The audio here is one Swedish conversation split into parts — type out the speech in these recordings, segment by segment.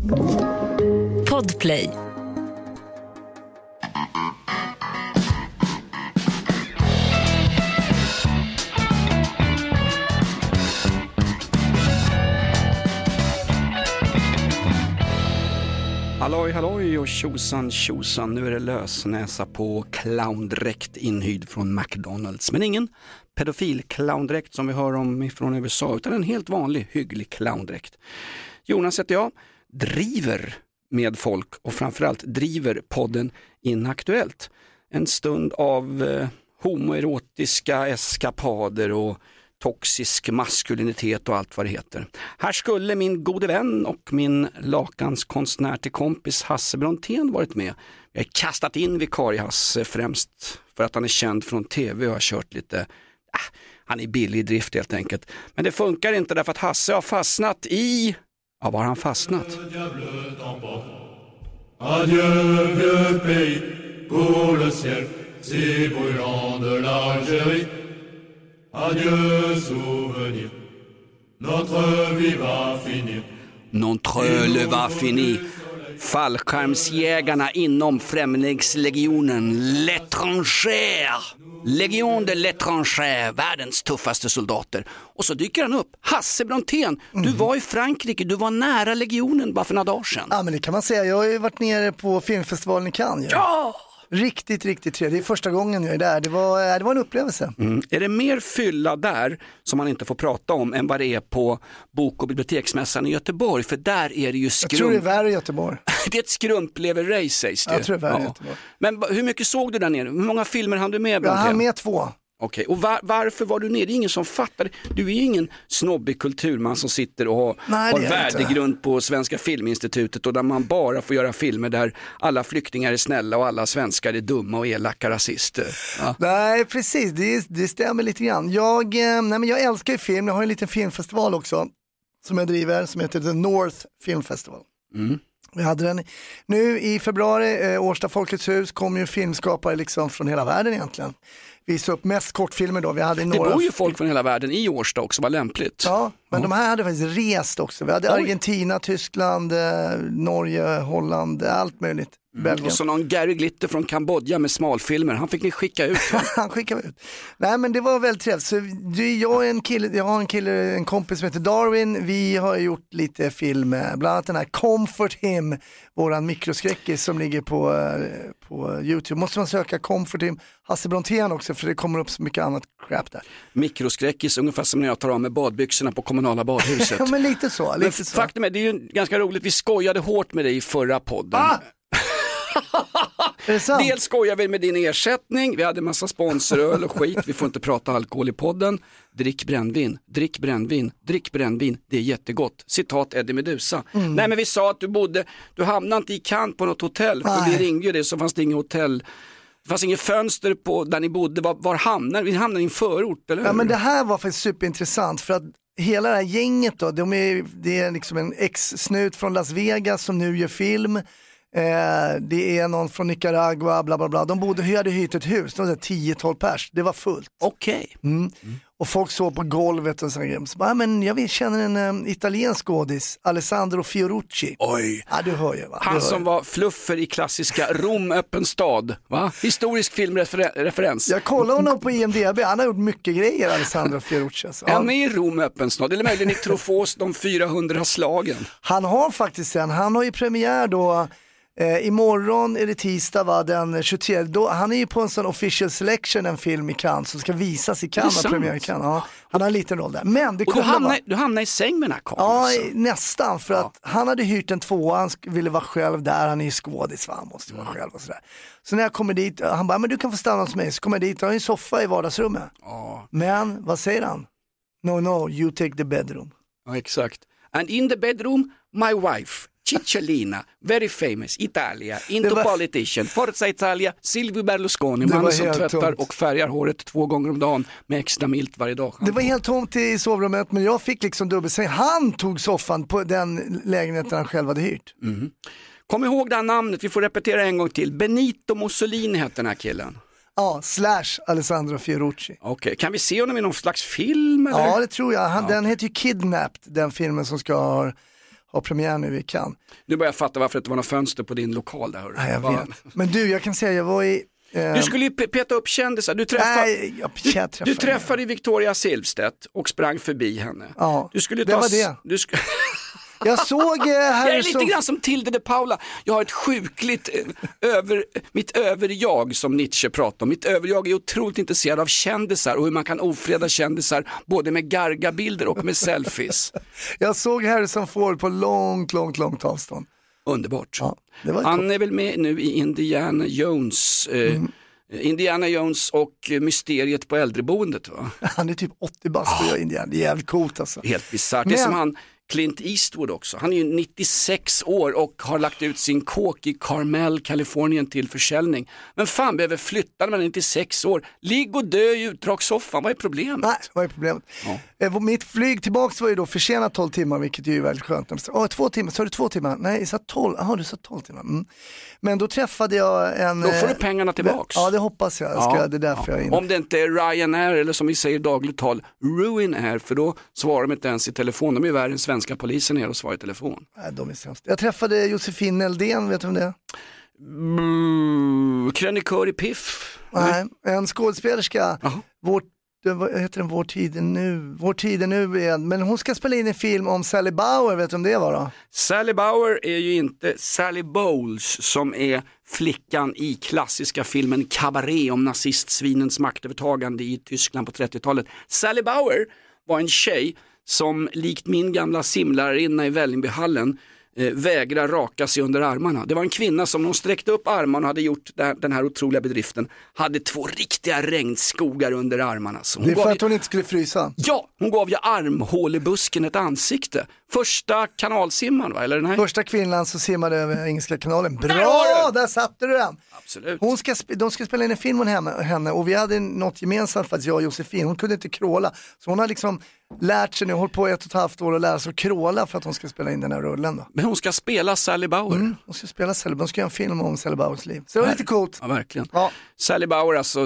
Podplay. Halloj, halloj och tjosan, tjosan. Nu är det lösnäsa på clowndräkt inhyrd från McDonalds. Men ingen pedofil-clowndräkt som vi hör om från USA, utan en helt vanlig, hygglig clowndräkt. Jonas heter jag, driver med folk och framförallt driver podden Inaktuellt. En stund av homoerotiska eskapader och toxisk maskulinitet och allt vad det heter. Här skulle min gode vän och min lakanskonstnär till kompis Hasse Brontén varit med. Jag har kastat in vikarie Hasse främst för att han är känd från tv och har kört lite... han är billig i drift helt enkelt. Men det funkar inte därför att Hasse har fastnat i... Ja, var har han fastnat? Adieu vieux pays, pour le ciel, si brûlant de l'Algérie. Adieu souvenir, notre vie va finir. Notre le va finir. Fallskärmsjägarna inom Främlingslegionen L'Étranger. Legion de L'Étranger, världens tuffaste soldater. Och så dyker han upp. Hasse Brontén, du var i Frankrike, du var nära legionen bara för några dagar sedan. Ja, men det kan man säga. Jag har ju varit nere på filmfestivalen i Cannes. Ja! Riktigt trevligt. Det är första gången jag är där. Det var en upplevelse. Är det mer fylla där som man inte får prata om än vad det är på bok- och biblioteksmässan i Göteborg? För där är det ju Jag tror det är värre i Göteborg. Det är ett skrumplever-race sägs det. Jag tror det är värre i Göteborg. Men hur mycket såg du där nere? Hur många filmer hann du med? Jag hann med 2. Okej, och varför var du nere? Det är ingen som fattar. Du är ju ingen snobbig kulturman som sitter och har värdegrund på Svenska Filminstitutet och där man bara får göra filmer där alla flyktingar är snälla och alla svenskar är dumma och elaka rasister. Ja. Nej, precis. Det stämmer lite grann. Jag älskar ju film. Jag har en liten filmfestival också som jag driver som heter The North Film Festival. Vi hade den nu i februari, Årsta Folkets hus, kom ju filmskapare liksom från hela världen egentligen. Visa upp mest kortfilmer då. Vi hade några... Det bor ju folk från hela världen i Årsta också, var lämpligt. Ja, men de här hade faktiskt rest också. Vi hade Argentina, Tyskland, Norge, Holland, allt möjligt. Och så någon Gary Glitter från Kambodja med smalfilmer. Han fick ni skicka ut. Han skickade ut. Nej, men det var väldigt trevligt. Så jag har en kompis som heter Darwin. Vi har gjort lite film, bland annat den här Comfort Him, våran mikroskräckis som ligger på YouTube. Måste man söka Comfort Him, Hasse Brontén också, för det kommer upp så mycket annat crap där. Mikroskräckis, ungefär som när jag tar av med badbyxorna på kommunala badhuset. Ja, men lite så. Men faktum är, det är ju ganska roligt. Vi skojade hårt med dig i förra podden. Dels skojar vi med din ersättning. Vi hade en massa sponsoröl och skit. Vi får inte prata alkohol i podden. Drick brännvin, drick brännvin, drick brännvin. Det är jättegott. Citat Eddie Meduza. Nej, men vi sa att du hamnade inte i Cannes på något hotell. För vi ringde ju det, så fanns det inget hotell. Det fanns inget fönster på där ni bodde. Var hamnade vi? Hamnade i en förort, eller hur? Ja, men det här var faktiskt superintressant för att hela det här gänget då, det är liksom en ex-snut från Las Vegas som nu gör film. Det är någon från Nicaragua, bla bla bla. De hade hyrt ett hus, de var 10-12 pers. Det var fullt. Okej. Och folk såg på golvet och sådär. Så bara, men jag känner en italiensk skådis, Alessandro Fiorucci. Oj. Ja, du hör ju, va? Han som var fluffer i klassiska Rom öppen stad, va? Historisk filmreferens. Jag kollar honom på IMDb, han har gjort mycket grejer, Alessandro Fiorucci. Alltså. Är han med i Rom öppen stad? Eller möjligen i Trofås, de 400 slagen? Han har faktiskt han har ju premiär då. Imorgon är det tisdag, va, den 23. Han är ju på en sån official selection, en film i Cannes som ska visas i Cannes, premiär i Cannes. Ja, han har en liten roll där. Men det du hamnar i säng med den här kameran? Ja, alltså. Nästan, för att han hade hyrt en 2, han ville vara själv där, han är ju skådis, han måste vara själv och sådär. Så när jag kommer dit, han bara, men du kan få stanna hos mig. Så kommer jag dit, jag har en soffa i vardagsrummet. Men, vad säger han? No, you take the bedroom. Ja, exakt. And in the bedroom, my wife. Cicciolina, very famous, Italia, into politician, Forza Italia, Silvio Berlusconi, man som tvättar och färgar håret 2 gånger om dagen med extra milt varje dag. Det var helt tomt i sovrummet, men jag fick liksom dubbelsäng. Han tog soffan på den lägenheten han själv hade hyrt. Kom ihåg det här namnet, vi får repetera en gång till. Benito Mussolini hette den här killen. Ja, / Alessandro Fiorucci. Okej, kan vi se honom i någon slags film? Eller? Ja, det tror jag. Den heter ju Kidnapped, den filmen som ska har premiär nu i Cannes. Nu börjar jag fatta varför det inte var några fönster på din lokal där. Nej, jag vet. Men du, jag kan säga, jag var i... Du skulle ju peta upp kändisar. Du träffade Victoria Silvstedt och sprang förbi henne. Ja, du skulle det var det. Jag såg här. Jag är lite grann som Tilde de Paula. Jag har ett sjukligt mitt överjag som Nietzsche pratar om. Mitt överjag är otroligt intresserad av kändisar och hur man kan ofreda kändisar både med gargabilder och med selfies. Jag såg Harrison Ford på långt avstånd. Underbart. Ja, han är väl med nu i Indiana Jones. Indiana Jones och mysteriet på äldreboendet, va? Han är typ 80 bast och gör Indiana. Det är jävligt coolt alltså. Helt bisarrt. Det är som han Clint Eastwood också. Han är ju 96 år och har lagt ut sin kåk i Carmel, Kalifornien till försäljning. Men fan behöver flytta när man är 96 år. Ligg och dö i utdragssoffan. Vad är problemet? Nej, vad är problemet? Ja. Mitt flyg tillbaks var ju då försenat 12 timmar, vilket är ju väldigt skönt. 2 timmar, så är det 2 timmar? Nej, jag sa 12. Jaha, du sa 12 timmar. Men då träffade jag en... Då får du pengarna tillbaks. Ja, det hoppas jag. Det är därför jag är inne. Om det inte är Ryanair eller som vi säger i dagligt tal, Ruinair, för då svarar de inte ens i telefon. De är värre än svenska polisen är och svarar i telefon. Nej, de är sämst. Jag träffade Josefin Neldén, vet du om det är? Krönikör i Piff. Nej, en skådespelerska. Vad heter den? Vår tid är nu igen. Men hon ska spela in en film om Sally Bauer, vet du om det var då? Sally Bauer är ju inte Sally Bowles som är flickan i klassiska filmen Cabaret om nazistsvinens maktövertagande i Tyskland på 30-talet. Sally Bauer var en tjej som likt min gamla simlarinna i Vällingbyhallen vägrar raka sig under armarna. Det var en kvinna som hon sträckte upp armarna och hade gjort den här otroliga bedriften. Hade 2 riktiga regnskogar under armarna. Så det är för att hon inte skulle frysa. Ja, hon gav ju armhålebusken ett ansikte. Första kanalsimmaren, va? Eller den här? Första kvinnan som simmade över Engelska kanalen. Bra, där satte du den. Absolut. De ska spela in en film om henne och vi hade något gemensamt för att jag och Josefin, hon kunde inte kråla. Så hon har liksom lärt sig nu, hållit på 1,5 år och lära sig att kråla för att hon ska spela in den här rullen då. Men hon ska spela Sally Bauer. Hon ska spela Sally Bauer, hon ska göra en film om Sally Bauers liv. Så det var lite coolt. Ja, verkligen. Ja. Sally Bauer, alltså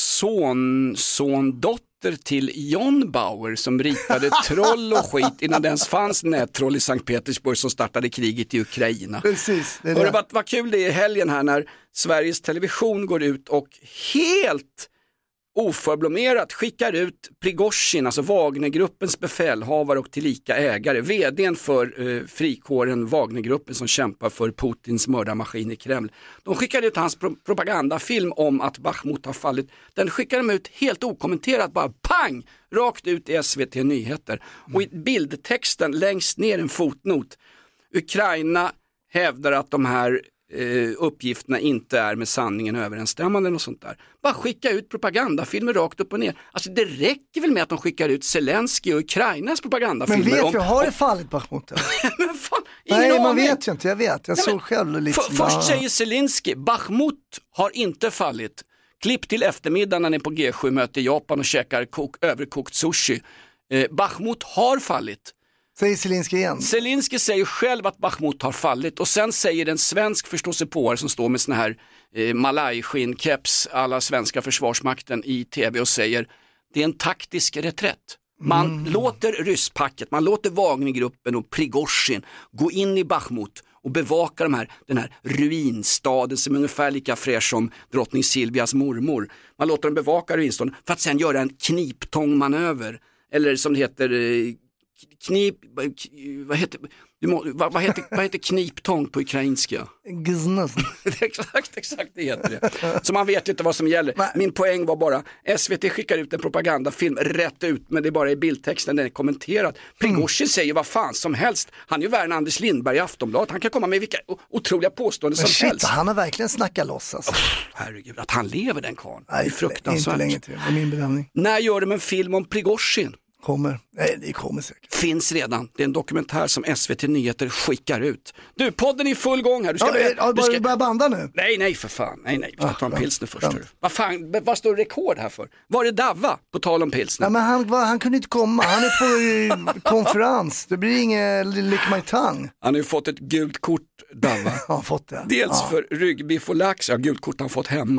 sondotter till John Bauer som ritade troll och skit innan det ens fanns nättroll i Sankt Petersburg som startade kriget i Ukraina. Precis. Det är det. Vad kul det är i helgen här när Sveriges Television går ut och helt oförblommerat skickar ut Prigozhin, alltså Wagnergruppens befälhavare och tillika ägare, vdn för frikåren Wagnergruppen som kämpar för Putins mördarmaskin i Kreml. De skickar ut hans propagandafilm om att Bachmut har fallit. Den skickar de ut helt okommenterat, bara pang, rakt ut i SVT Nyheter. Och i bildtexten längst ner en fotnot. Ukraina hävdar att de här uppgifterna inte är med sanningen överensstämmande och sånt där. Bara skicka ut propagandafilmer rakt upp och ner. Alltså det räcker väl med att de skickar ut Zelensky och Ukrainas propagandafilmer. Men vet vi, har det fallit Bachmut? Men fan, nej, man vet ju inte, jag vet. Jag såg själv lite. Först säger Zelensky, Bachmut har inte fallit. Klipp till eftermiddagen när ni är på G7-möte i Japan och käkar överkokt sushi. Bachmut har fallit. Säger Zelensky igen. Zelensky säger själv att Bachmut har fallit och sen säger en svensk förståsigpåare som står med såna här malajskinn-keps alla svenska försvarsmakten i tv och säger det är en taktisk reträtt. Man låter rysspacket, man låter Wagnergruppen och Prigozhin gå in i Bachmut och bevaka den här ruinstaden som är ungefär lika fräsch som drottning Silvias mormor. Man låter dem bevaka ruinstaden för att sen göra en kniptångmanöver eller som det heter vad heter kniptång på ukrainska? Exakt det heter det. Så man vet inte vad som gäller. Min poäng var bara, SVT skickar ut en propagandafilm rätt ut, men det är bara i bildtexten den är kommenterad. Prigozhin säger vad fan som helst. Han är ju värre än Anders Lindberg i Aftonbladet. Han kan komma med vilka otroliga påståenden som helst. Han har verkligen snackat loss alltså. Herregud, att han lever den karln. Det är fruktansvärt. Inte länge till, det är min bedömning. När gör de en film om Prigozhin? Det kommer säkert. Finns redan. Det är en dokumentär som SVT Nyheter skickar ut. Du, podden är i full gång här. Du ska börja banda nu. Nej för fan. Nej. Vi ska ta en pilsner först. Vad står rekord här för? Var det Davva på tal om pilsner? Ja, men han kunde inte komma. Han är på konferens. Det blir inget lick my tongue. Han har ju fått ett gult kort, Davva. Han har fått det. Dels för ryggbiff och lax. Ja, gult kort han fått hemma alltså.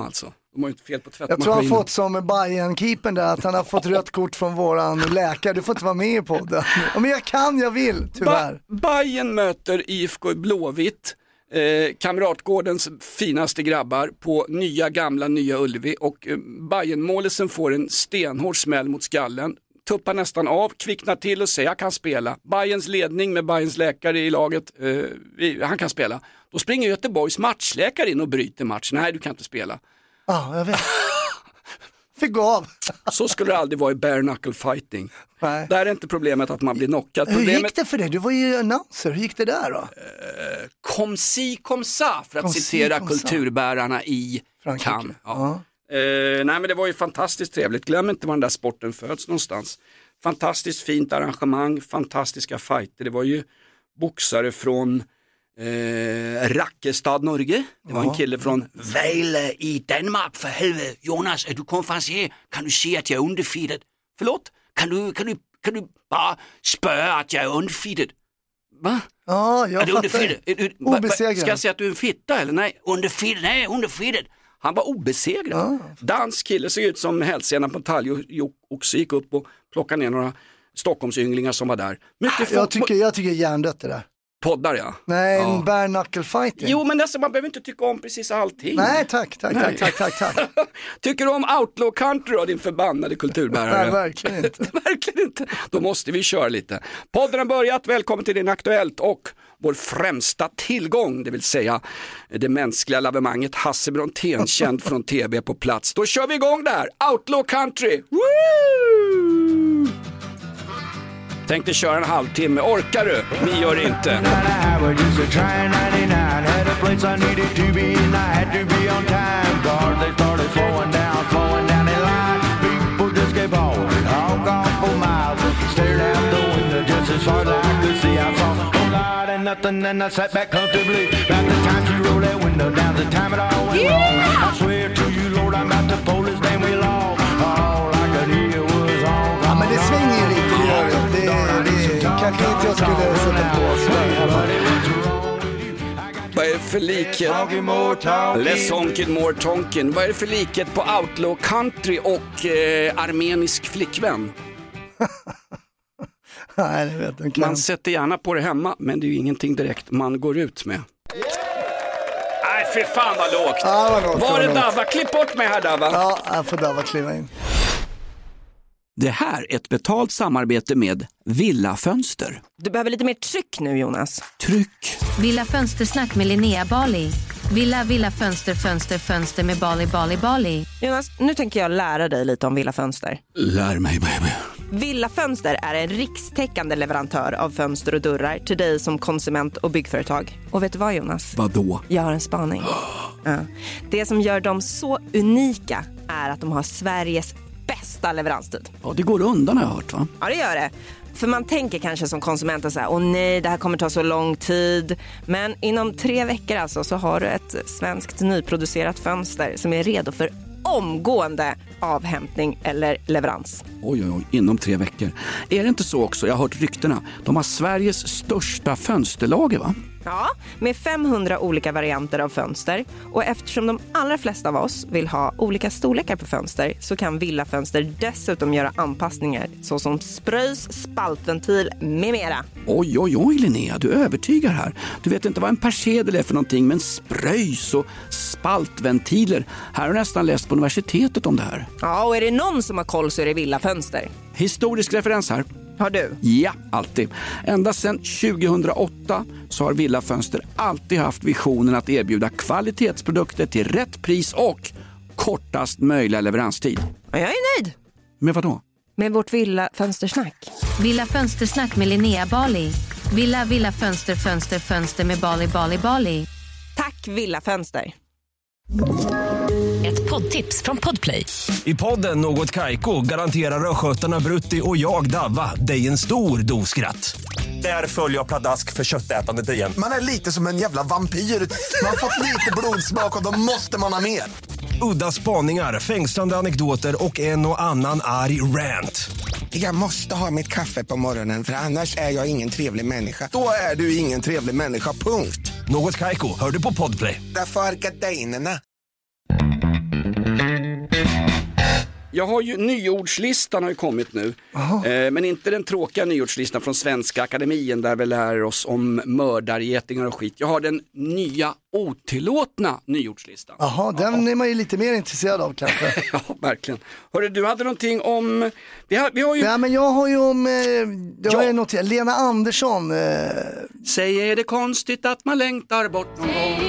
De har ju inte fel på tvättmaskinen. Jag tror han fått som Bayern-keepern där, att han har fått rött kort från våran läkare. Du får inte vara med i podden. Men jag vill, tyvärr. Bayern möter IFK Blåvitt. Kamratgårdens finaste grabbar på nya Ullevi, och Bayern-målisen får en stenhård smäll mot skallen, tuppar nästan av, kvicknar till och säger jag kan spela. Bayerns ledning med Bayerns läkare i laget, han kan spela. Då springer Göteborgs matchläkare in och bryter matchen. Nej, du kan inte spela. Ja, jag vet. Fick gå av. Så skulle det aldrig vara i bare knuckle fighting. Nej. Där är inte problemet att man blir knockad. Hur gick det för dig? Du var ju announcer. Hur gick det där då? Kom sa, för att citera kulturbärarna i Cannes. Ja. Nej, men det var ju fantastiskt trevligt. Glöm inte var den där sporten föds någonstans. Fantastiskt fint arrangemang, fantastiska fighter. Det var ju boxare från Rakkestad, Norge. Det var en kille från Vejle i Danmark, för helvete. Jonas, är du konferencier? Kan du se att jag är undefeated? Förlåt? Kan du bara spöra att jag är undefeated? Va? Ja, jag fattar. Obesegrad. Ska jag säga att du är en fitta eller? Nej, undefeated. Han var obesegrad. Dansk kille, såg ut som hälsena på en talgoxe, gick upp och plockade ner några Stockholmsynglingar som var där. Jag tycker hjärndött det där. Poddar, ja. Nej, en bare knuckle fighting. Jo, men alltså, man behöver inte tycka om precis allting. Nej, tack. Tycker du om Outlaw Country då, din förbannade kulturbärare? Nej, verkligen inte. Verkligen inte. Då måste vi köra lite. Podden har börjat, välkommen till din Aktuellt och vår främsta tillgång, det vill säga det mänskliga lavemanget Hasse Brontén, känd från TV på plats. Då kör vi igång där. Outlaw Country. Woo! Tänkte köra en halvtimme, orkar du? Vi gör det inte. Nothing and I sat back comfortably. About the time she rolled that window down, the time it all went wrong. I swear to you, Lord, I'm about to pull this damn wheel off. All I could hear was all. Ja, men det svänger lite, det gör det. Det kanske inte jag skulle sätta på sväng. Vad är det för likhet? Less honkin, more tonkin. Vad är det för likhet på Outlaw Country och armenisk flickvän? Nej, det vet jag. Man sätter gärna på det hemma, men det är ju ingenting direkt man går ut med. Nej, för fan vad lågt. Ja, var det Dava? Klipp bort mig här, Dava. Ja, jag får Dava kliva in. Det här är ett betalt samarbete med Villa Fönster. Du behöver lite mer tryck nu, Jonas. Tryck. Villa Fönstersnack med Linnea Bali. Villa Fönster med Bali. Jonas, nu tänker jag lära dig lite om Villa Fönster. Lär mig, baby. Villa Fönster är en rikstäckande leverantör av fönster och dörrar till dig som konsument och byggföretag. Och vet du vad, Jonas? Vadå? Jag har en spaning. Ja. Det som gör dem så unika är att de har Sveriges bästa leveranstid. Ja, det går undan har jag hört, va? Ja, det gör det. För man tänker kanske som konsument så här, åh nej, det här kommer ta så lång tid. Men inom 3 veckor alltså så har du ett svenskt nyproducerat fönster som är redo för omgående avhämtning eller leverans. Oj, inom 3 veckor. Är det inte så också? Jag har hört ryktena. De har Sveriges största fönsterlager, va? Ja, med 500 olika varianter av fönster. Och eftersom de allra flesta av oss vill ha olika storlekar på fönster så kan Villa Fönster dessutom göra anpassningar såsom spröjs, spaltventil med mera. Oj, Linnea, du övertygar här. Du vet inte vad en persedel är för någonting, men spröjs och spaltventiler. Här har jag nästan läst på universitetet om det här. Ja, och är det någon som har koll så är det Villa Fönster. Historisk referens här. Har du? Ja, alltid. Ända sedan 2008 så har Villa Fönster alltid haft visionen att erbjuda kvalitetsprodukter till rätt pris och kortast möjliga leveranstid. Ja, jag är nöjd. Med vad då? Med vårt Villa Fönstersnack. Villa Fönstersnack med Linnea Bali. Villa Fönster med Bali. Tack Villa Fönster. Ett poddtips från Podplay. I podden Något Kaiko garanterar röskötarna Brutti och jag Davva dig en stor doskratt. Där följer jag pladask för köttätandet igen. Man är lite som en jävla vampyr. Man har fått lite blodsmak och då måste man ha mer. Udda spaningar, fängslande anekdoter och en och annan arg rant. Jag måste ha mitt kaffe på morgonen för annars är jag ingen trevlig människa. Då är du ingen trevlig människa, punkt. Något Kaiko, hör du på Podplay. Därför är gardinerna. Jag har ju nyordslistan har ju kommit nu. Men inte den tråkiga nyordslistan från Svenska Akademien där vi lär oss om mördargetingar och skit. Jag har den nya otillåtna nyordslistan. Jaha, den är man ju lite mer intresserad av kanske. Ja, verkligen. Hörru, du hade någonting om... Vi har ju... Ja, men jag har ju om... Jag har ju noterat. Lena Andersson. Säger det konstigt att man längtar bort någon gång.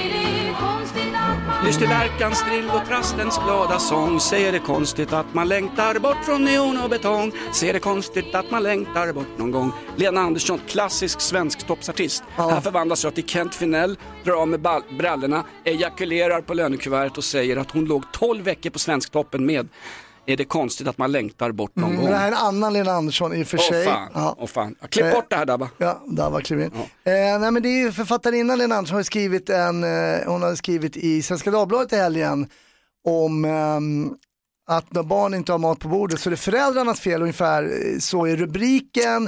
Lyss till lärkans drill och trastens glada sång. Säger det konstigt att man längtar bort från neon och betong. Säger det konstigt att man längtar bort någon gång. Lena Andersson, klassisk svensk toppsartist. Här förvandlas jag till Kent Finell, drar av med brallorna, ejakulerar på lönekuvertet och säger att hon låg 12 veckor på Svensktoppen med Är det konstigt att man längtar bort någon gång. Det här är en annan Lena Andersson i och för sig. Åh fan. Klipp bort det här Dabba. Ja, Dabba klipp in. Nej men det är ju författarinnan Lena Andersson har skrivit hon har skrivit i Svenska Dagbladet i helgen om att när barn inte har mat på bordet så är det föräldrarnas fel, ungefär så är rubriken.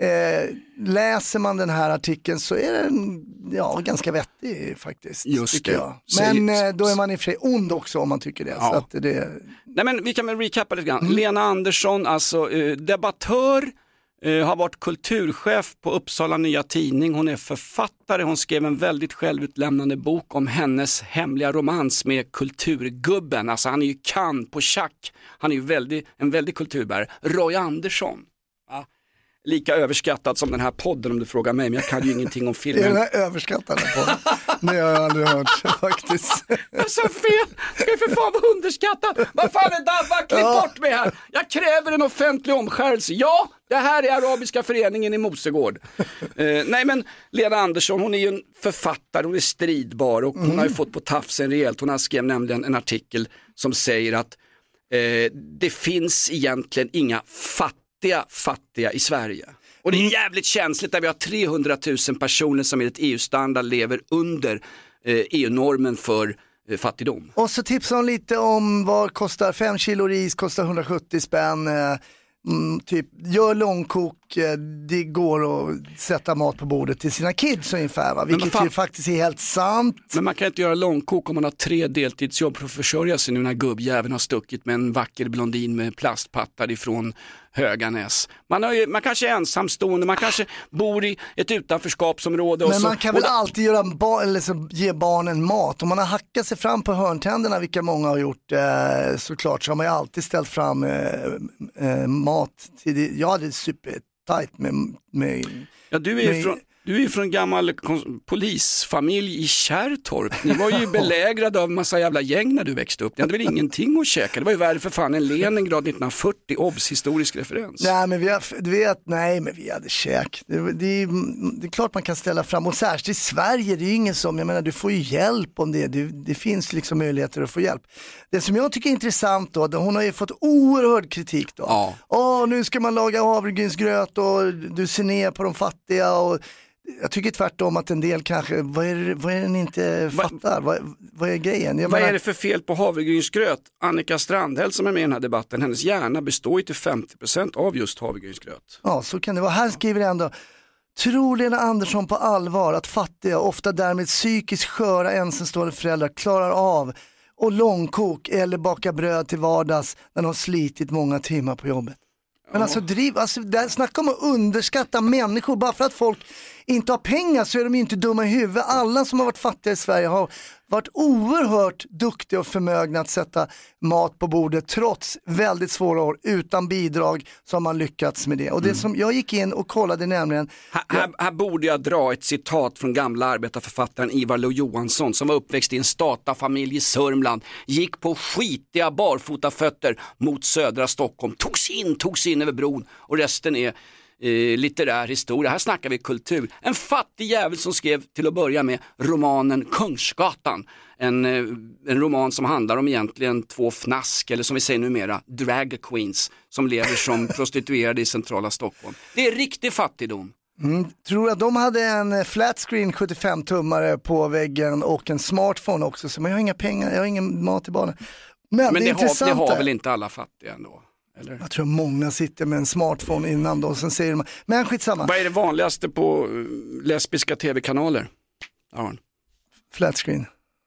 Läser man den här artikeln så är den ganska vettig faktiskt. Just det. Jag. Men då är man i och för sig ond också om man tycker det. Ja. Så att det... Nej men vi kan väl recappa lite grann. Lena Andersson, alltså debattör, har varit kulturchef på Uppsala Nya Tidning. Hon är författare, hon skrev en väldigt självutlämnande bok om hennes hemliga romans med kulturgubben. Alltså han är ju kan på schack. Han är ju en väldigt kulturbärare. Roy Andersson. Ja. Lika överskattad som den här podden om du frågar mig, men jag kan ju ingenting om filmen. Är den här överskattad podden? Nej, jag har aldrig hört faktiskt. Jag sa fel, ska jag för fan vara underskattad? Vad fan är Dabba, klipp bort mig här. Jag kräver en offentlig omskärelse. Ja, det här är Arabiska föreningen i Mosegård. Nej men Lena Andersson, hon är ju en författare, hon är stridbar och hon har ju fått på tafsen rejält. Hon har skrivit nämligen en artikel som säger att det finns egentligen inga fattiga i Sverige. Och det är jävligt känsligt där vi har 300 000 personer som i ett EU-standard lever under EU-normen för fattigdom. Och så tipsar hon lite om vad kostar 5 kilo ris, kostar 170 spänn. Typ gör långkok, det går att sätta mat på bordet till sina kids ungefär, va? Vilket ju faktiskt är helt sant. Men man kan inte göra långkok om man har 3 deltidsjobb för att försörja sig nu när gubbjäveln har stuckit med en vacker blondin med plastpattar ifrån Höganäs. Man kanske är ensamstående, man kanske bor i ett utanförskapsområde. Men man kan väl alltid ge barnen mat. Om man har hackat sig fram på hörntänderna, vilka många har gjort såklart, så har man ju alltid ställt fram mat till det. Ja, det är supertajt med ja, du är ju från en gammal polisfamilj i Kärrtorp. Ni var ju belägrade av massa jävla gäng när du växte upp. Ni hade väl ingenting att käka. Det var ju värre för fan en Leningrad 1940, obs, historisk referens. Nej, men vi hade käk. Det är klart man kan ställa fram. Och särskilt i Sverige, det är ju ingen som, jag menar, du får ju hjälp om det. Det finns liksom möjligheter att få hjälp. Det som jag tycker är intressant då, hon har ju fått oerhörd kritik då. Ja. Nu ska man laga havregrynsgröt och du ser ner på de fattiga och jag tycker tvärtom att en del kanske, vad är den inte fattar? Vad är grejen? Är det för fel på havregrynsgröt? Annika Strandhäll som är med i den här debatten, hennes hjärna består ju till 50% av just havregrynsgröt. Ja, så kan det vara. Här skriver det ändå: tror Lena Andersson på allvar att fattiga, ofta därmed psykiskt sköra ensamstående föräldrar klarar av och långkok eller baka bröd till vardags när de har slitit många timmar på jobbet? Men där snackar om att underskatta människor. Bara för att folk inte har pengar så är de ju inte dumma i huvudet. Alla som har varit fattiga i Sverige har varit oerhört duktiga och förmögna att sätta mat på bordet trots väldigt svåra år. Utan bidrag så har man lyckats med det. Och det som jag gick in och kollade nämligen... Här borde jag dra ett citat från gamla arbetarförfattaren Ivar Lo-Johansson som var uppväxt i en statarfamilj i Sörmland. Gick på skitiga barfotafötter mot södra Stockholm. Togs in över bron och resten är... litterär historia. Här snackar vi kultur. En fattig jävel som skrev till att börja med romanen Kungsgatan. En roman som handlar om egentligen 2 fnask, eller som vi säger numera, drag queens som lever som prostituerade i centrala Stockholm. Det är riktig fattigdom. Tror att de hade en flat screen 75-tummare på väggen och en smartphone också, så man har inga pengar, jag har ingen mat i barnen. Men det har väl inte alla fattiga ändå? Eller? Jag tror många sitter med en smartphone innan då, och sen säger de, men skitsamma. Vad är det vanligaste på lesbiska tv-kanaler? Flat screen.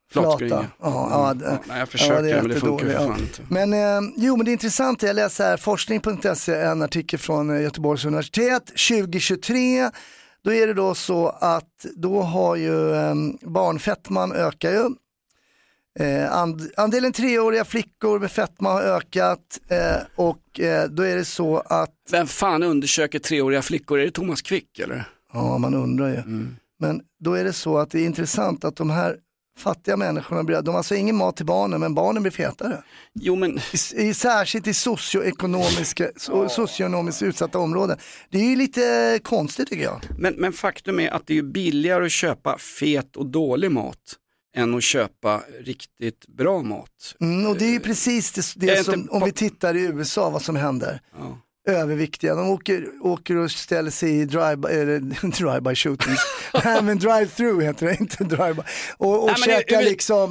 Flatskringa. Nej, jag försöker, men det funkar ju fan inte. Men men det är intressant, jag läser här forskning.se, en artikel från Göteborgs universitet 2023. Då är det då så att då har ju barnfettman ökar ju. Andelen 3-åriga flickor med fetma har ökat och då är det så att... Vem fan undersöker 3-åriga flickor? Är det Thomas Quick eller? Ja, man undrar ju. Men då är det så att det är intressant att de här fattiga människorna, de har alltså ingen mat till barnen, men barnen blir fetare. Jo, men... Särskilt i socioekonomiskt utsatta områden. Det är ju lite konstigt tycker jag. Men faktum är att det är billigare att köpa fet och dålig mat än att köpa riktigt bra mat. Och det är ju precis det som, om vi tittar i USA vad som händer. Ja. Överviktiga, de åker och ställer sig i drive-by shootings. Nej, men drive-through heter det, inte drive-by. Och käkar liksom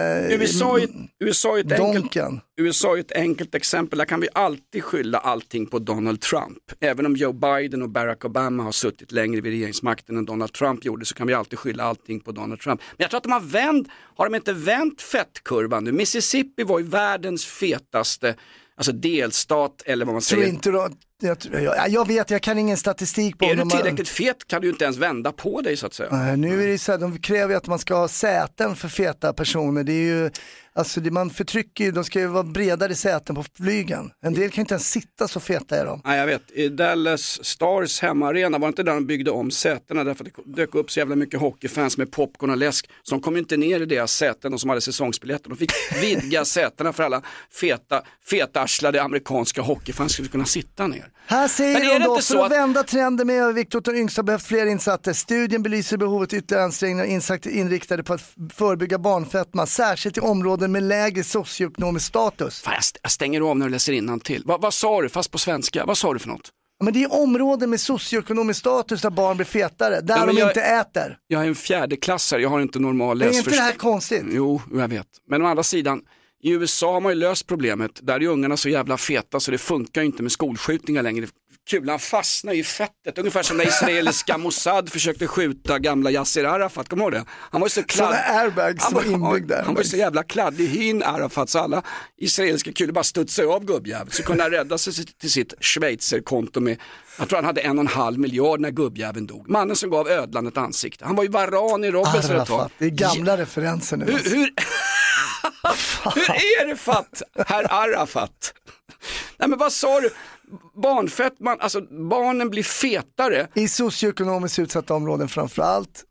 USA är ett enkelt exempel. Där kan vi alltid skylla allting på Donald Trump. Även om Joe Biden och Barack Obama har suttit längre vid regeringsmakten än Donald Trump gjorde, så kan vi alltid skylla allting på Donald Trump. Men jag tror att har de inte vänt fettkurvan nu? Mississippi var ju världens fetaste delstat, eller vad man säger. Tror inte då, jag kan ingen statistik på. Är du tillräckligt fet kan du inte ens vända på dig så att säga. Nej, nu är det så här, de kräver att man ska ha säten för feta personer. Det är ju, man förtrycker ju, de ska ju vara bredare säten på flygen. En del kan inte ens sitta, så feta är de. Nej, jag vet, i Dallas Stars hemmaarena var inte där de byggde om sätena, därför att det dök upp så jävla mycket hockeyfans med popcorn och läsk som kom inte ner i deras säten, och som hade säsongsbiljetter. De fick vidga sätena för alla fetärslade amerikanska hockeyfans skulle kunna sitta ner. Här säger de då, för att vända trenden med övervikt och de yngsta behövt fler insatser. Studien belyser behovet ytterligare ansträngningar inriktade på att förebygga barnfetma, särskilt i områden med lägre socioekonomisk status. Fan, jag stänger av när du läser innantill. Vad sa du, fast på svenska? Vad sa du för något? Men det är områden med socioekonomisk status där barn blir fetare, där de inte äter. Jag är en 4:e-klassare, jag har inte normal läsförståelse. Är inte det här konstigt? Jo, jag vet. Men å andra sidan, i USA har man ju löst problemet. Där är ungarna så jävla feta så det funkar ju inte med skolskjutningar längre. Kulan fastnar i fettet. Ungefär som när israeliska Mossad försökte skjuta gamla Yasser Arafat. Kommer du ihåg det? Han var ju så kladdig. Airbags var inbyggda. Han var ju så jävla kladdig hyn Arafat, så alla israeliska kulor bara studsade av gubbjäveln. Så kunde han rädda sig till sitt Schweizerkonto med, jag tror han hade 1,5 miljard när gubbjäveln dog. Mannen som gav ödlan ett ansikte. Han var ju varan i Robinson ett tag. Det är gamla referenser nu. Hur är det fatt, herr Arafat? Nej, men vad sa du? Barnen blir fetare. I socioekonomiskt utsatta områden framförallt.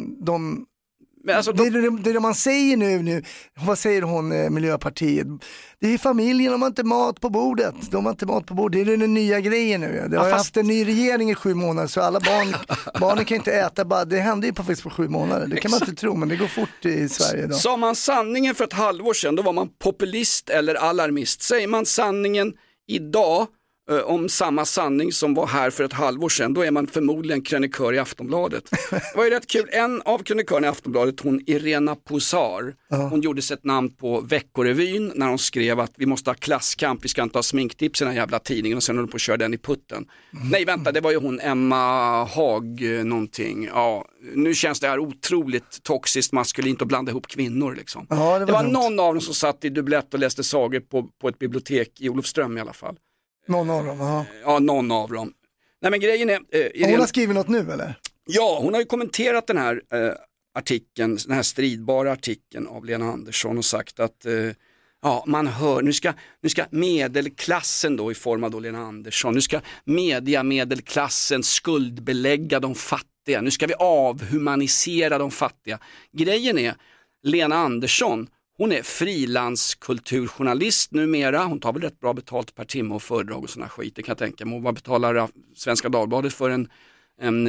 Det man säger nu, vad säger hon, Miljöpartiet? Det är familjen, de har inte mat på bordet. Det är den nya grejen nu. Det har haft en ny regering i 7 månader, så alla barnen kan inte äta. Det hände ju på faktiskt på 7 månader. Det kan man inte tro, men det går fort i Sverige idag. Sa man sanningen för ett halvår sedan, då var man populist eller alarmist. Säger man sanningen idag om samma sanning som var här för ett halvår sedan, då är man förmodligen krönikör i Aftonbladet. Det var ju rätt kul, en av krönikörerna i Aftonbladet, hon Irena Pozar, hon gjorde sig ett namn på Veckorevyn när hon skrev att vi måste ha klasskamp, vi ska inte ha sminktips i den här jävla tidningen, och sen höll hon på att köra den i putten. Nej, vänta, det var ju hon Emma Haag någonting. Ja, nu känns det här otroligt toxiskt maskulint att blanda ihop kvinnor liksom. Ja, det var någon av dem som satt i dubblett och läste sagor på ett bibliotek i Olofström i alla fall. Någon av dem, ja, någon av dem. Nej, men grejen är... hon har skrivit något nu, eller? Ja, hon har ju kommenterat den här artikeln, den här stridbara artikeln av Lena Andersson, och sagt att man hör, nu ska medelklassen då, i form av då Lena Andersson, nu ska medelklassen skuldbelägga de fattiga, nu ska vi avhumanisera de fattiga. Grejen är, Lena Andersson, hon är frilanskulturjournalist numera. Hon tar väl rätt bra betalt per timme och föredrag och såna skit. Det kan jag tänka mig. Vad betalar Svenska Dagbladet för en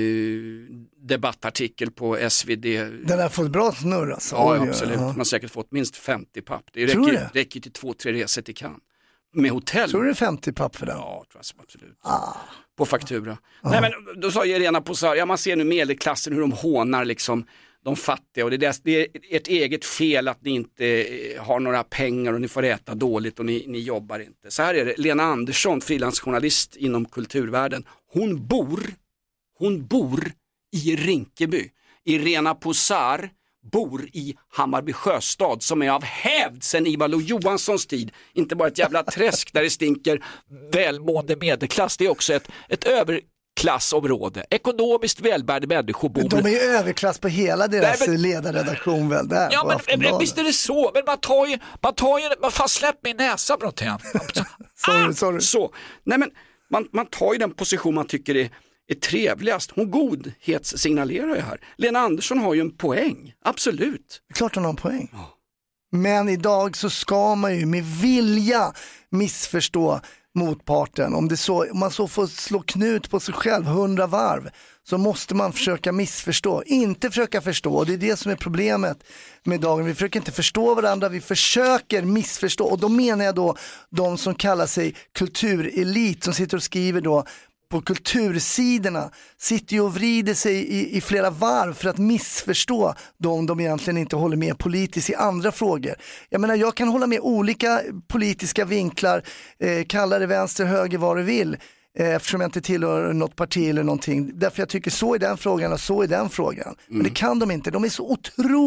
debattartikel på SvD? Den har fått bra snurr alltså. Ja, absolut. Man har säkert fått minst 50 papp. Det räcker till 2-3 resor till Cannes. Med hotell. Tror du det är 50 papp för den? Ja, tror jag absolut. På faktura. Nej, men då sa Irena Pozar, man ser nu medelklassen hur de hånar liksom de fattiga, och det är ert eget fel att ni inte har några pengar och ni får äta dåligt och ni jobbar inte. Så här är det, Lena Andersson, frilansjournalist inom kulturvärlden, hon bor i Rinkeby. Irena Pozar bor i Hammarby Sjöstad som är av hävd sedan Ivar Lo-Johanssons tid. Inte bara ett jävla träsk där det stinker välmående medelklass, det är också ett överklassområde. Ekonomiskt välbärgade människor bor. De är ju överklass på hela deras ledarredaktion väl där. Ja, men visst är det så. Men man tar ju fan släpp min näsa Brontén. Sorry. Så. Nej, men man tar ju den position man tycker är trevligast. Hon godhetssignalerar ju här. Lena Andersson har ju en poäng. Absolut. Klart hon har en poäng. Ja. Men idag så ska man ju med vilja missförstå motparten. Om man så får slå knut på sig själv 100 varv, så måste man försöka missförstå, inte försöka förstå. Det är det som är problemet med dagen. Vi försöker inte förstå varandra, vi försöker missförstå. Och då menar jag då de som kallar sig kulturelit, som sitter och skriver då på kultursidorna, sitter ju och vrider sig i flera varv för att missförstå de egentligen inte håller med politiskt i andra frågor. Jag menar, jag kan hålla med olika politiska vinklar, kalla det vänster, höger, vad du vill, eftersom jag inte tillhör något parti eller någonting. Därför jag tycker så är den frågan och så är den frågan. Men det kan de inte. De är så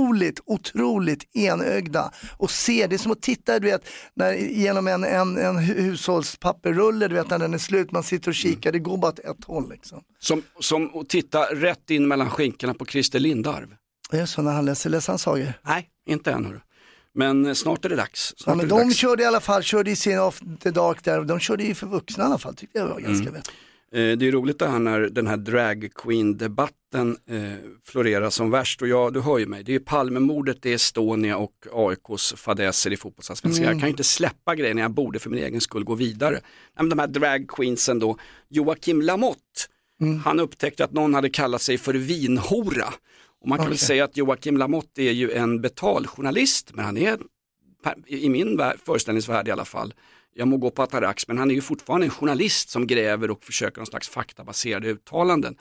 otroligt enögda och ser. Det är som att titta, du vet, genom en hushållspapperrulle, du vet, när den är slut, man sitter och kikar, det går bara åt ett håll liksom. Som att titta rätt in mellan skinkorna på Christer Lindarw. Ja, så när han läser han sagor. Nej, inte än. Men snart är det dags. Men de körde i alla fall, körde i sin Off the Dark där, de körde ju för vuxna i alla fall, tyckte jag var ganska vett. Det är roligt det här när den här drag queen-debatten florerar som värst. Och du hör ju mig, det är Palmemordet, det är Estonia och AIKs fadäser i fotbollsallsvenskan. Jag kan ju inte släppa grejer när jag borde för min egen skull gå vidare. Men de här drag queensen då, Joakim Lamotte, han upptäckte att någon hade kallat sig för vinhora. Och man kan väl säga att Joakim Lamotte är ju en betaljournalist, men han är i min föreställningsvärld i alla fall. Jag må gå på Atarax, men han är ju fortfarande en journalist som gräver och försöker någon slags faktabaserade uttalanden.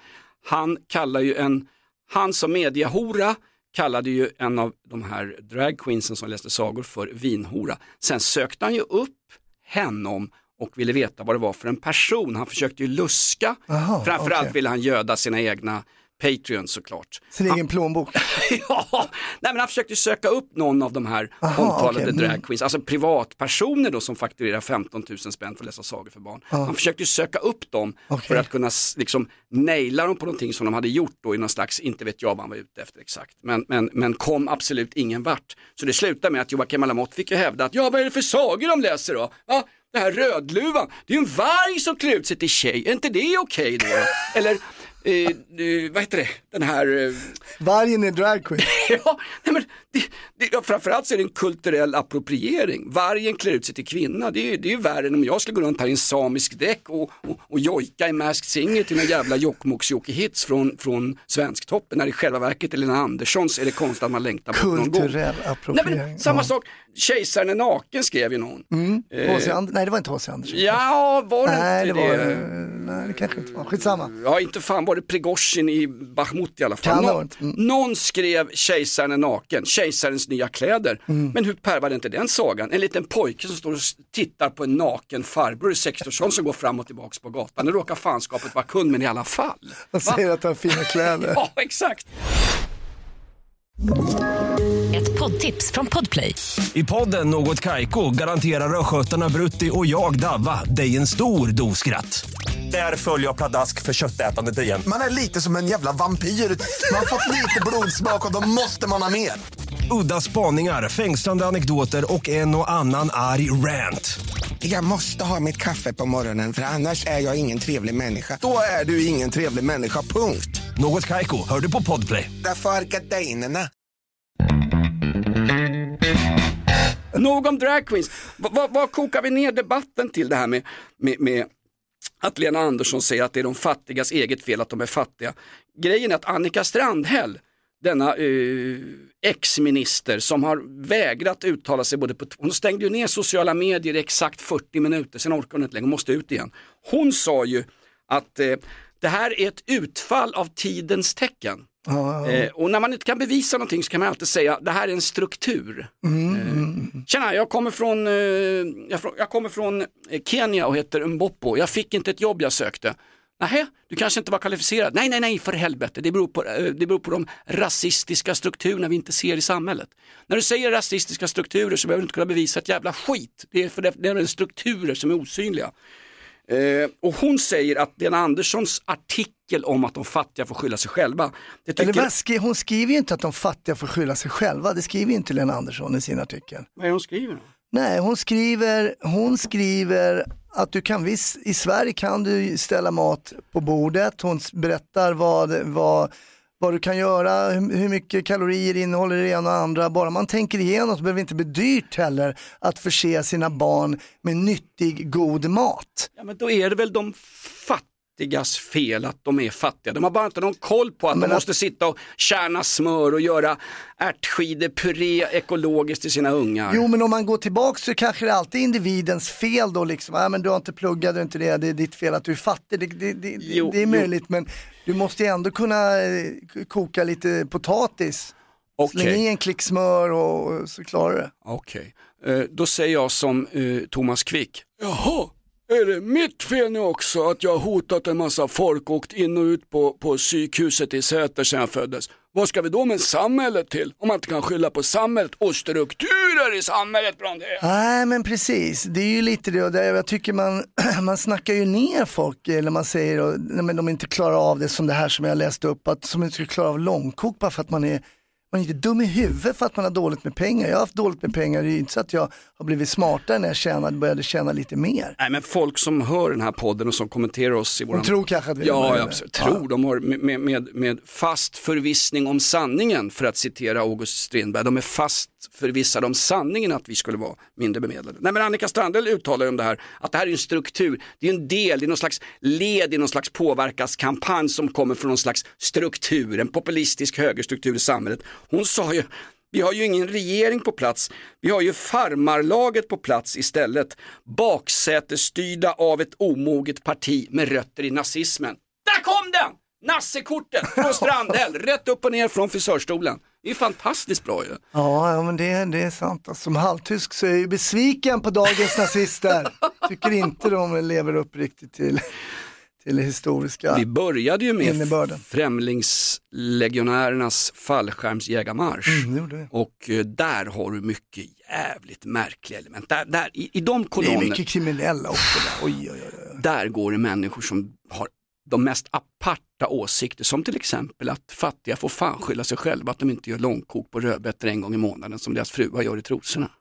Han som mediahora kallade ju en av de här dragqueensen som läste sagor för vinhora. Sen sökte han ju upp henne och ville veta vad det var för en person. Han försökte ju luska. Framförallt ville han göda sina egna Patreon såklart. Sin egen plånbok. Ja, nej, men han försökte söka upp någon av de här omtalade drag queens, alltså privatpersoner då som fakturerar 15 000 spänn för att läsa sagor för barn. Han försökte söka upp dem för att kunna liksom naila dem på någonting som de hade gjort då i någon slags, inte vet jag vad han var ute efter exakt. Men kom absolut ingen vart. Så det slutade med att Joakim Lamotte fick ju hävda att vad är det för sagor de läser då? Ja, det här Rödluvan, det är ju en varg som klär ut sig till tjej. Är inte det okej då? Eller vad heter det? Den här vargen är drag queen. Ja, nej, men framförallt så är det en kulturell appropriering. Vargen klär ut sig till kvinna. Det är ju värre än om jag skulle gå runt här i en samisk däck och jojka i Masked Singer till en jävla Jokkmokks-Jocke-hits från Svensktoppen, när i själva verket Lena Anderssons är det konstigt att man längtar på någon gång. Kulturell appropriering. Nej, men, samma sak. Kejsaren är naken skrev ju någon. Nej, det var inte H.C. Andersen. Ja, var det inte det? Nej, det kanske inte var. Skitsamma. Ja, inte fan var det Prigozhin i Bachmut i alla fall. Någon skrev Kejsaren är naken, kejsarens nya kläder. Men hur pärvade inte den sagan? En liten pojke som står och tittar på en naken farbror i 60-årsåldern som går fram och tillbaka på gatan. Det råkar fanskapet vara kund, men i alla fall. Man säger att han har fina kläder. Ja, exakt. Ett poddtips från Podplay. I podden Något Kaiko garanterar röskötarna Brutti och jag Davva dig en stor doskratt. Där följer jag pladask för köttätandet igen. Man är lite som en jävla vampyr. Man har fått lite blodsmak och då måste man ha mer. Udda spaningar, fängslande anekdoter och en och annan arg rant. Jag måste ha mitt kaffe på morgonen, för annars är jag ingen trevlig människa. Då är du ingen trevlig människa, punkt. Något Kaiko, hör du på Podplay. Därför är gardinerna. Nog om drag queens. Vad kokar vi ner debatten till det här med att Lena Andersson säger att det är de fattigas eget fel att de är fattiga. Grejen är att Annika Strandhäll, denna ex-minister som har vägrat uttala sig hon stängde ju ner sociala medier i exakt 40 minuter, sen orkar hon inte längre, hon måste ut igen. Hon sa ju att det här är ett utfall av tidens tecken. Och när man inte kan bevisa någonting så kan man alltid säga det här är en struktur. Tjena, jag kommer från Kenya och heter Mboppo. Jag fick inte ett jobb jag sökte. Nej, du kanske inte var kvalificerad. Nej, för helvete. Det beror på de rasistiska strukturerna vi inte ser i samhället. När du säger rasistiska strukturer så behöver du inte kunna bevisa ett jävla skit. Det är strukturer som är osynliga. Och hon säger att Lena Anderssons artikel om att de fattiga får skylla sig själva. Hon skriver ju inte att de fattiga får skylla sig själva. Det skriver ju inte Lena Andersson i sin artikel. Vad är hon skriver då? Nej, hon skriver att du kan i Sverige kan du ställa mat på bordet. Hon berättar vad du kan göra, hur mycket kalorier innehåller det ena och andra. Bara man tänker igenom så behöver det inte bli dyrt heller att förse sina barn med nyttig, god mat. Ja, men då är det väl de fattigas fel att de är fattiga. De har bara inte någon koll på att de måste sitta och kärna smör och göra ärtskidepuré ekologiskt till sina ungar. Jo, men om man går tillbaka så kanske det alltid är individens fel då liksom. Men du har inte pluggat, du inte det är ditt fel att du är fattig. Det är möjligt, men du måste ändå kunna koka lite potatis. Okay. Släng i en klick smör och så klarar du det. Okej. Då säger jag som Thomas Quick. Jaha, är det mitt fel nu också att jag har hotat en massa folk och åkt in och ut på psykhuset i Säter sedan jag föddes? Vad ska vi då med samhället till? Om man inte kan skylla på samhället och strukturer i samhället bland det. Nej, men precis. Det är ju lite det. Och jag tycker man snackar ju ner folk när man säger att de inte klarar av det som det här som jag läste upp. Att som inte ska klara av långkok bara för att man är inte dum i huvudet för att man har dåligt med pengar. Jag har haft dåligt med pengar. Det är ju inte så att jag har blivit smartare när jag började tjäna lite mer. Nej, men folk som hör den här podden och som kommenterar oss i våran... De tror kanske att vi de har med fast förvissning om sanningen, för att citera August Strindberg. De är fast förvissade om sanningen att vi skulle vara mindre bemedlade. Nej, men Annika Strandhäll uttalar ju om det här, att det här är en struktur. Det är en del, det är någon slags led i någon slags påverkanskampanj som kommer från någon slags struktur, en populistisk högerstruktur i samhället. Hon sa ju, vi har ju ingen regering på plats, vi har ju farmarlaget på plats istället, baksätesstyrda av ett omoget parti med rötter i nazismen. Där kom den! Nassekortet från Strandhäll, rätt upp och ner från frisörstolen. Det är fantastiskt bra ju. Ja, men det är sant. Alltså, som halvtysk så är jag ju besviken på dagens nazister. Tycker inte de lever upp riktigt till det historiska. Vi började ju med innebörden. Främlingslegionärernas fallskärmsjägarmarsch. Och där har du mycket jävligt märkliga element. Där, i de kolonner. Det är mycket kriminella också där. Oj. Där går det människor som har de mest aparta åsikter, som till exempel att fattiga får fan skylla sig själva att de inte gör långkok på rödbetor en gång i månaden som deras fruar gör i trosorna.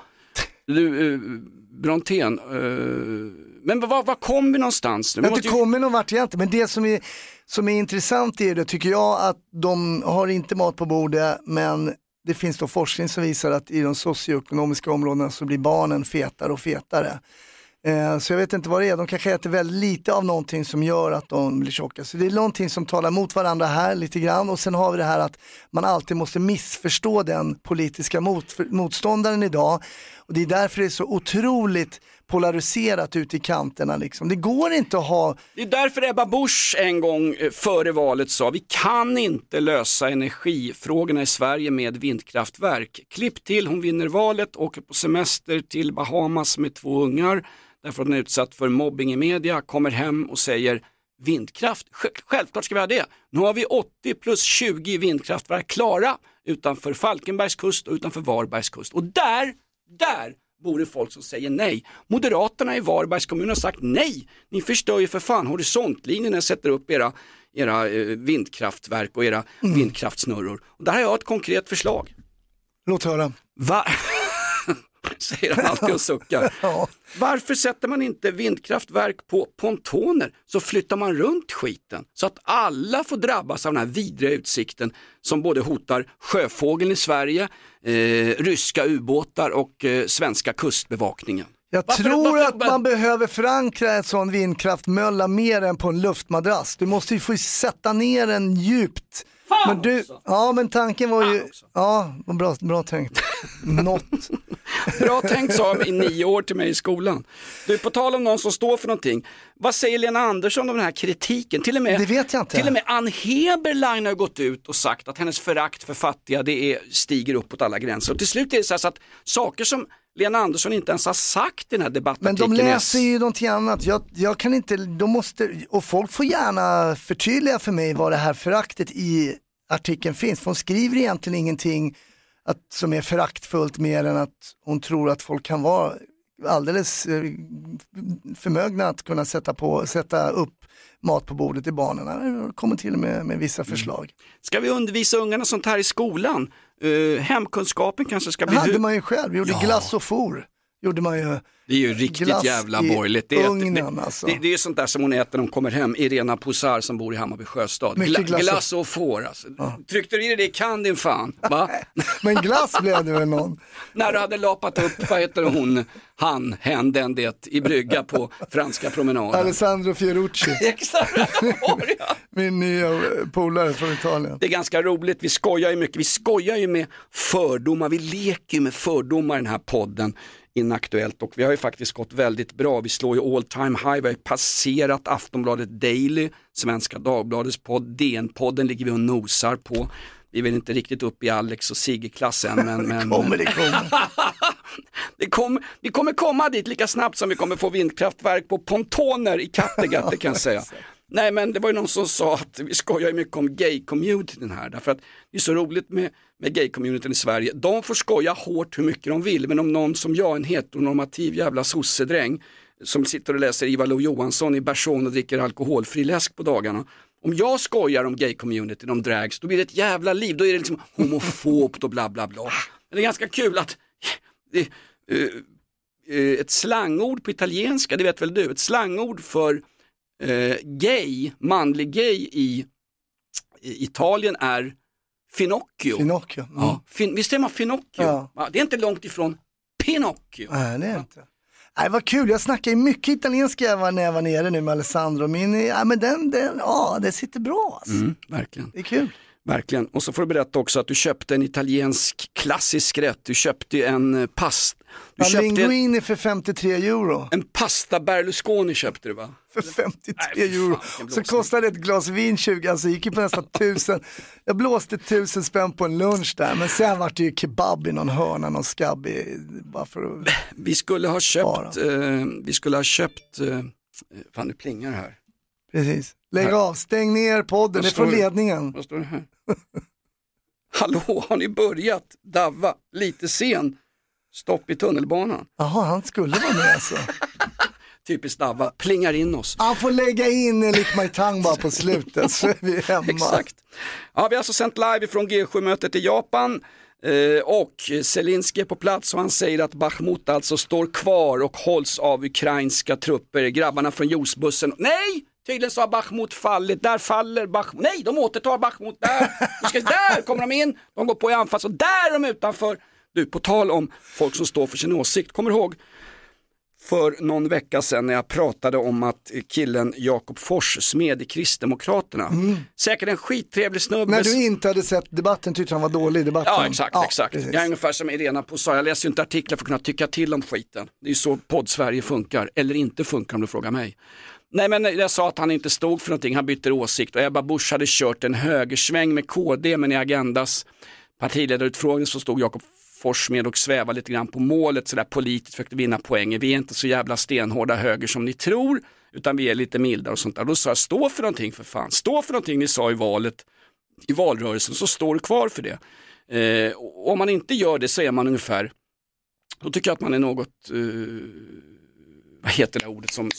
Du, Brontén, men vad kom vi någonstans? Det kommer någon vart jag inte, men det som är intressant är det, tycker jag, att de har inte mat på bordet, men det finns då forskning som visar att i de socioekonomiska områdena så blir barnen fetare och fetare. Så jag vet inte vad det är, de kanske äter väldigt lite av någonting som gör att de blir tjocka. Så det är någonting som talar mot varandra här lite grann, och sen har vi det här att man alltid måste missförstå den politiska motståndaren idag, och det är därför det är så otroligt polariserat ut i kanterna liksom. Det går inte att ha... Det är därför Ebba Busch en gång före valet sa, vi kan inte lösa energifrågorna i Sverige med vindkraftverk. Klipp till, hon vinner valet, åker på semester till Bahamas med 2 ungar därför att hon är utsatt för mobbing i media, kommer hem och säger vindkraft, självklart ska vi ha det. Nu har vi 80 plus 20 vindkraftverk klara utanför Falkenbergs kust och utanför Varbergs kust. Och där bor det folk som säger nej. Moderaterna i Varbergs kommun har sagt nej. Ni förstör ju för fan horisontlinjen när ni sätter upp era vindkraftverk och era vindkraftsnurror. Och där har jag ett konkret förslag. Låt höra. Säger han alltid och suckar. Ja. Varför sätter man inte vindkraftverk på pontoner, så flyttar man runt skiten så att alla får drabbas av den här vidriga utsikten som både hotar sjöfågeln i Sverige, ryska ubåtar och svenska kustbevakningen. Jag tror att man behöver förankra ett sån vindkraftmölla mer än på en luftmadrass. Du måste ju få sätta ner den djupt. Men tanken var ju... Ja, bra tänkt. Något. Bra tänkt, sa de i 9 år till mig i skolan. Du, på tal om någon som står för någonting. Vad säger Lena Andersson om den här kritiken? Det vet jag inte. Till och med Ann Heberlein har gått ut och sagt att hennes förakt för fattiga stiger uppåt alla gränser. Och till slut är det så att saker som Lena Andersson inte ens har sagt i den här debattartikeln. Men de läser ju någonting annat. Jag kan inte, och folk får gärna förtydliga för mig vad det här föraktet i artikeln finns. För hon skriver egentligen ingenting som är föraktfullt mer än att hon tror att folk kan vara alldeles förmögna att kunna sätta upp mat på bordet i barnen. Det kommer till och med vissa förslag. Ska vi undervisa ungarna sånt här i skolan? Hemkunskapen kanske ska bli... Det hade man ju själv, vi gjorde glass och for. Gjorde man ju. Det är ju riktigt jävla borgerligt. Det är ju sånt där som hon äter när hon kommer hem. Irena Posar som bor i Hammarby Sjöstad. Glass och får alltså. Tryckte du i det kan din fan. Va? Men glass blev det väl någon? När du hade lapat upp, vad heter hon? Hen, den det i brygga på franska promenaden. Alessandro Fiorucci. Exakt. Min nya polare från Italien. Det är ganska roligt, vi skojar ju mycket. Vi skojar ju med fördomar, vi leker ju med fördomar i den här podden. Inaktuellt, och vi har ju faktiskt gått väldigt bra. Vi slår ju all time high, vi har ju passerat Aftonbladet Daily, Svenska Dagbladets podd, DN-podden ligger vi och nosar på. Vi är väl inte riktigt upp i Alex och Sigge-klassen, men vi kommer komma dit lika snabbt som vi kommer få vindkraftverk på pontoner i Kattegatt, det kan jag säga. Nej, men det var ju någon som sa att vi skojar ju mycket om gay-communityn här, därför att det är så roligt med gay-communityn i Sverige. De får skoja hårt hur mycket de vill, men om någon som jag, en heteronormativ jävla sossedräng som sitter och läser Ivar Lo-Johansson i Berson och dricker alkoholfri läsk på dagarna, om jag skojar om gay-communityn, om drags, då blir det ett jävla liv, då är det liksom homofobt och bla bla bla. Men det är ganska kul att ett slangord på italienska, det vet väl du, ett slangord för gay, manlig gay i Italien är Finocchio. Finocchio. Ja. Visst är man Finocchio? Ja. Det är inte långt ifrån Pinocchio. Nej, det är inte. Nej, vad kul, jag snackar ju mycket italienska när jag var nere nu med Alessandro. Det sitter bra alltså. Verkligen. Det är kul. Verkligen. Och så får du berätta också att du köpte en italiensk klassisk rätt. Du köpte en pasta. Linguini för 53 euro. En pasta Berlusconi köpte du, va? För 53 euro. Så kostade ett glas vin 20, alltså gick ju på nästan 1000. Jag blåste 1000 spänn på en lunch där, men sen var det ju kebab i någon hörna, någon skabb bara för att... Vi skulle ha köpt, fan det plingar här. Precis. Lägg av, stäng ner podden, det är från ledningen. Vad står det här? Hallå, har ni börjat? Davva, lite sen. Stopp i tunnelbanan. Jaha, han skulle vara med alltså. Typiskt Davva, plingar in oss. Han får lägga in Lick My Tongue bara på slutet så är vi hemma. Exakt. Ja, vi har alltså sänt live från G7-mötet i Japan. Och Zelenskyj är på plats och han säger att Bachmut alltså står kvar och hålls av ukrainska trupper. Grabbarna från juicebussen. Nej! Tydligen så har Bachmut fallit, där faller Bachmut. Nej, de återtar Bachmut där. Där kommer de in, de går på i anfall, så där är de utanför. Du, på tal om folk som står för sin åsikt, kommer du ihåg för någon vecka sedan när jag pratade om att killen Jakob Fors, smed i Kristdemokraterna, säkert en skittrevlig snubbe. När du inte hade sett debatten tyckte han var dålig i debatten. Ja, exakt. Jag är ungefär som Irena Posar, jag läser ju inte artiklar för att kunna tycka till om skiten. Det är ju så podd-Sverige funkar, eller inte funkar om du frågar mig. Nej, men jag sa att han inte stod för någonting, han bytte åsikt och Ebba Busch hade kört en högersväng med KD, men i Agendas partiledarutfrågning så stod Jakob Fors med och sväva lite grann på målet, så där politiskt försökte vinna poänger. Vi är inte så jävla stenhårda höger som ni tror, utan vi är lite mildare och sånt där. Då sa jag, stå för någonting för fan, stå för någonting ni sa i valrörelsen, så står du kvar för det. Och om man inte gör det så är man ungefär, då tycker jag att man är något, vad heter det ordet som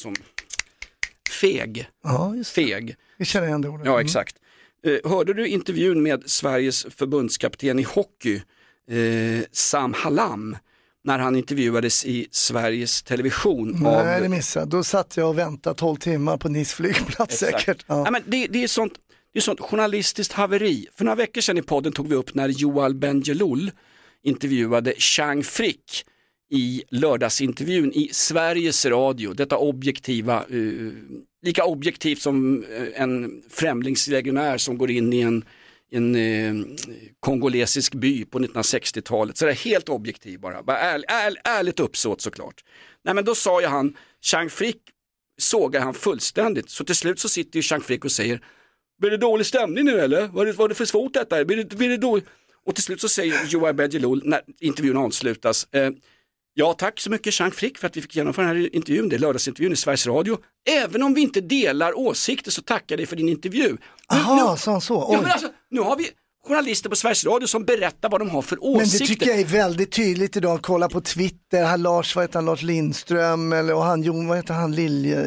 feg. Ja, just det. Feg. Jag känner igen det ordet. Ja, exakt. Hörde du intervjun med Sveriges förbundskapten i hockey, Sam Hallam, när han intervjuades i Sveriges Television? Nej, det missade. Då satt jag och väntade 12 timmar på Nice flygplats säkert. Ja. Ja, men det är sånt journalistiskt haveri. För några veckor sedan i podden tog vi upp när Joal Bendjelloul intervjuade Chang Frick i lördagsintervjun i Sveriges Radio. Detta objektiva, lika objektivt som en främlingslegionär som går in i en kongolesisk by på 1960-talet. Så det är helt objektiv bara ärligt uppsåt såklart. Nej, men då sa ju han, Chang Frick sågar han fullständigt. Så till slut så sitter ju Chang Frick och säger, blir det dålig stämning nu eller? Var det för svårt detta? Blir det dåligt? Och till slut så säger Joal Bendjelloul när intervjun avslutas, Ja, tack så mycket Jean Frick för att vi fick genomföra den här intervjun. Det är lördagsintervjun i Sveriges Radio. Även om vi inte delar åsikter så tackar jag dig för din intervju. Jaha, sa han så? Oj. Ja, men alltså, nu har vi journalister på Sveriges Radio som berättar vad de har för åsikter. Men det tycker jag är väldigt tydligt idag. Kolla på Twitter, här Lars Lindström och han Jon, vad heter han,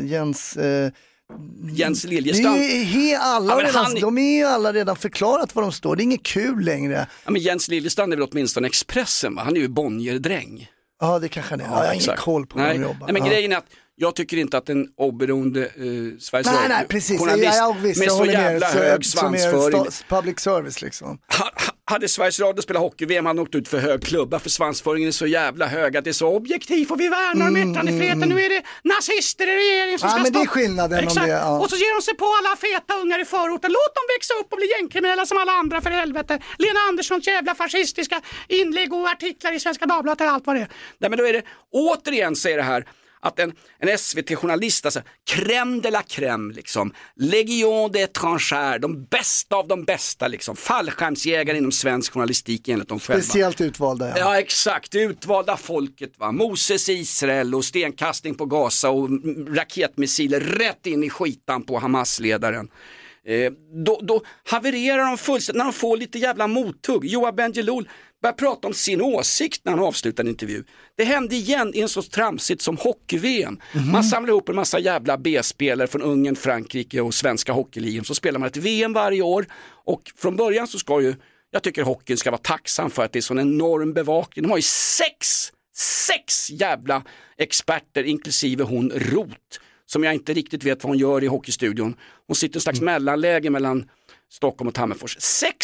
Jens Liljestam. De är ju alla redan förklarat vad de står. Det är inget kul längre. Ja, men Jens Liljestam är väl åtminstone Expressen, va? Han är ju Bonnier-dräng. Ja, det kanske det är. Jag har ingen koll på hur de jobbar. Nej, men grejen är att jag tycker inte att en oberoende Sveriges journalist med så jävla hög svansföring public service liksom. Hade Sveriges Radio spelat hockey-VM hade åkt ut för hög klubba för svansföringen är så jävla hög att det är så objektivt och vi värnar om yttrandefriheten. Nu är det nazister i regeringen som ska men stoppa. det är skillnaden om det. Ja. Och så ger de sig på alla feta ungar i förorten. Låt dem växa upp och bli gängkriminella som alla andra för helvete. Lena Anderssons jävla fascistiska inlägg och artiklar i Svenska Dagbladet och allt vad det är. Nej, men då är det återigen säger det här att en SVT-journalist, alltså crème de la crème liksom, Legion d'étrangers, de bästa av de bästa liksom, fallskärmsjägare inom svensk journalistik enligt dem själva. Speciellt utvalda. Ja, exakt, utvalda folket va, Moses Israel och stenkastning på Gaza och raketmissiler rätt in i skitan på Hamas-ledaren. Då havererar de fullständigt när de får lite jävla mothugg. Joab Bendjelloul börjar prata om sin åsikt när han avslutar en intervju. Det hände igen i en så tramsigt som hockey-VM. Man samlar ihop en massa jävla B-spelare från Ungern, Frankrike och svenska hockeyligan. Så spelar man ett VM varje år och från början så ska ju, jag tycker hockeyn ska vara tacksam för att det är sån enorm bevakning. De har ju sex jävla experter inklusive hon Roth som jag inte riktigt vet vad hon gör i hockeystudion. Hon sitter en slags mellanläge mellan Stockholm och Tammerfors.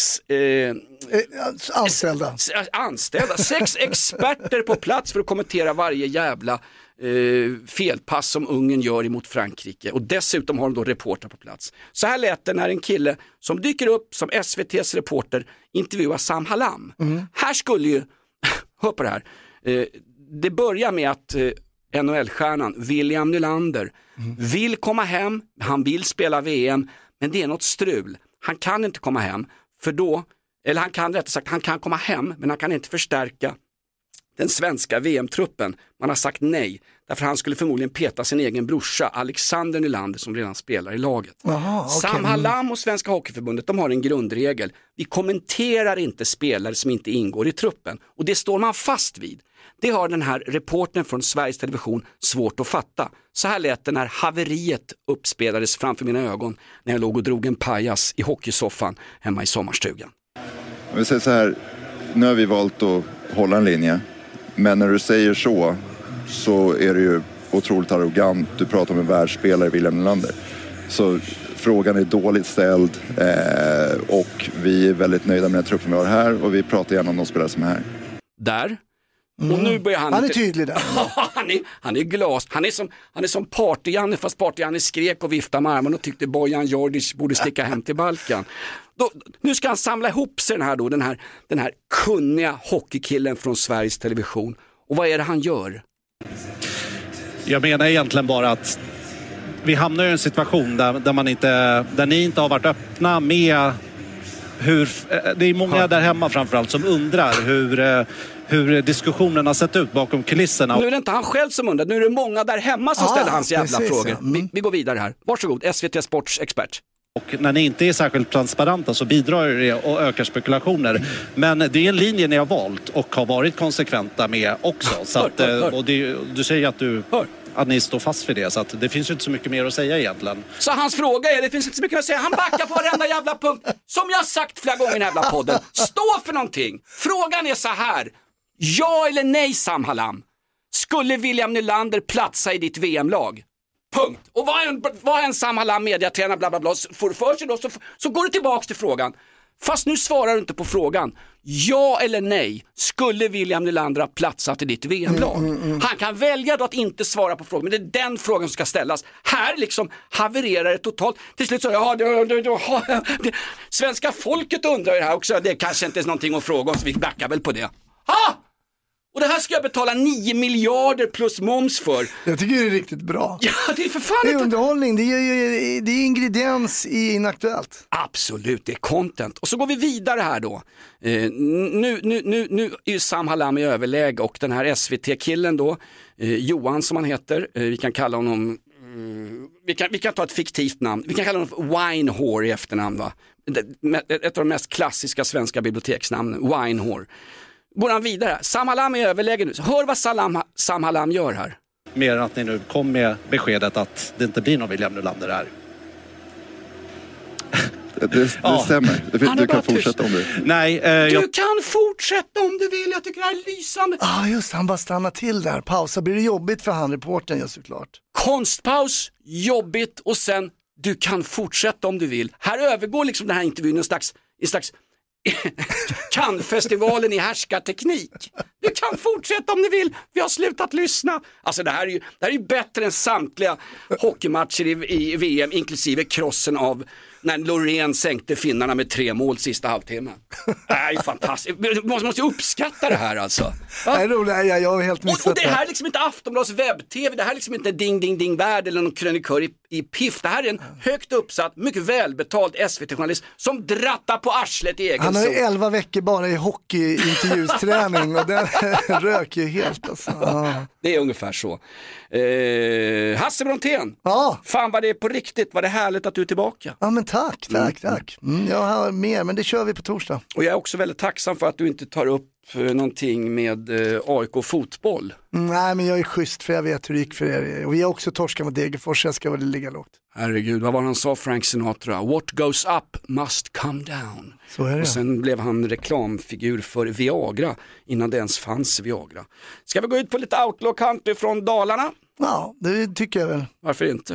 Anställda. 6 experter på plats för att kommentera varje jävla felpass som Ungern gör emot Frankrike. Och dessutom har de då reportrar på plats. Så här lät det när en kille som dyker upp som SVT:s reporter intervjuar Sam Hallam. Här skulle ju, hör på det här, det börjar med att NHL-stjärnan William Nylander vill komma hem, han vill spela VM, men det är något strul. Han kan inte komma hem, för då, eller han kan komma hem, men han kan inte förstärka den svenska VM-truppen. Man har sagt nej, därför han skulle förmodligen peta sin egen brorsa Alexander Nylander som redan spelar i laget. Aha, okay. Sam Hallam och Svenska Hockeyförbundet, de har en grundregel. Vi kommenterar inte spelare som inte ingår i truppen, och det står man fast vid. Det har den här reporten från Sveriges Television svårt att fatta. Så här lät det när haveriet uppspelades framför mina ögon när jag låg och drog en pajas i hockeysoffan hemma i sommarstugan. Om vi säger så här, nu har vi valt att hålla en linje. Men när du säger så är det ju otroligt arrogant. Du pratar om en världsspelare, William Nylander. Så frågan är dåligt ställd och vi är väldigt nöjda med den truppen vi har här. Och vi pratar gärna om de spelare som är här. Där. Och nu börjar han är tydlig där. han är glas. Han är som Party-Janne, fast Party-Janne skrek och viftade med armen och tyckte Bojan Djordjic borde sticka hem till Balkan. Nu ska han samla ihop sig den här kunniga hockeykillen från Sveriges Television. Och vad är det han gör? Jag menar egentligen bara att vi hamnar i en situation där ni inte har varit öppna med det är många där hemma framförallt som undrar hur diskussionen har sett ut bakom kulisserna. Nu är det inte han själv som undrar, nu är det många där hemma som ställer hans jävla frågor. Vi går vidare här. Varsågod, SVT Sports expert. Och när ni inte är särskilt transparenta så bidrar det och ökar spekulationer. Men det är en linje ni har valt och har varit konsekventa med också. Så att, och du säger att ni står fast för det, så att det finns ju inte så mycket mer att säga egentligen. Så hans fråga är, det finns inte så mycket att säga. Han backar på varenda jävla punkt. Som jag har sagt flera gånger i den här jävla podden. Stå för någonting. Frågan är så här. Ja eller nej, Sam Hallam? Skulle William Nylander platsa i ditt VM-lag? Punkt. Och vad en Sam Hallam mediatränare bla bla bla får för sig då, så går du tillbaks till frågan. Fast nu svarar du inte på frågan. Ja eller nej, skulle William Nylander ha platsat i ditt VM-lag? Han kan välja då att inte svara på frågan, men det är den frågan som ska ställas. Här liksom havererar det totalt. Till slut så, svenska folket undrar ju det här också. Det kanske inte är någonting att fråga om, så vi backar väl på det. Och det här här ska jag betala 9 miljarder plus moms för. Jag tycker det är riktigt bra. Ja, det är för fan det är underhållning, det är ingrediens i Inaktuellt. Absolut, det är content. Och så går vi vidare här då. Nu är ju Sam Hallam i överläge och den här SVT-killen då, Johan som han heter, vi kan kalla honom, vi kan ta ett fiktivt namn, vi kan kalla honom Winehore i efternamn, va? Ett av de mest klassiska svenska biblioteksnamnen, Winehore. Går han vidare, Sam Hallam är överläge nu, hör vad Sam Hallam gör här. Mer än att ni nu kom med beskedet att det inte blir någon William Nylander här. Det stämmer. Du kan fortsätta om du. Nej, du kan fortsätta om du vill. Jag tycker det här är lysande. Just han bara stannar till där. Pausa. Blir det jobbigt för han reportern, ja, såklart. Konstpaus, jobbigt och sen du kan fortsätta om du vill. Här övergår liksom den här intervjun en slags Cannes-festivalen i härskarteknik. Du kan fortsätta om ni vill. Vi har slutat lyssna. Alltså det här är ju bättre än samtliga hockeymatcher i VM, inklusive krossen av när Loreen sänkte finnarna med 3 mål sista halvtimmen. Det är ju fantastiskt. Man måste uppskatta det här alltså. Ja? Det är roligt. Jag har helt missat och det här är liksom inte Aftonbladets webb-tv. Det här är liksom inte Ding Ding Ding Värld eller någon krönikör i piff. Det här är en högt uppsatt, mycket välbetald SVT-journalist som drattar på arslet i egen Han har ju 11 veckor bara i hockeyintervjusträning och den röker ju helt alltså. Det är ungefär så. Hasse Brontén. Ja. Fan vad det är på riktigt. Vad det är härligt att du är tillbaka. Ja men tack. Jag har mer, men det kör vi på torsdag. Och jag är också väldigt tacksam för att du inte tar upp någonting med AIK fotboll. Nej, men jag är schysst för jag vet hur det gick för er. Och vi har också torskat mot Degerfors, jag ska väl ligga lågt. Herregud, vad var han sa, Frank Sinatra? What goes up must come down. Så är det. Och sen blev han reklamfigur för Viagra innan det ens fanns Viagra. Ska vi gå ut på lite outlaw country från Dalarna? Ja, det tycker jag väl. Varför inte?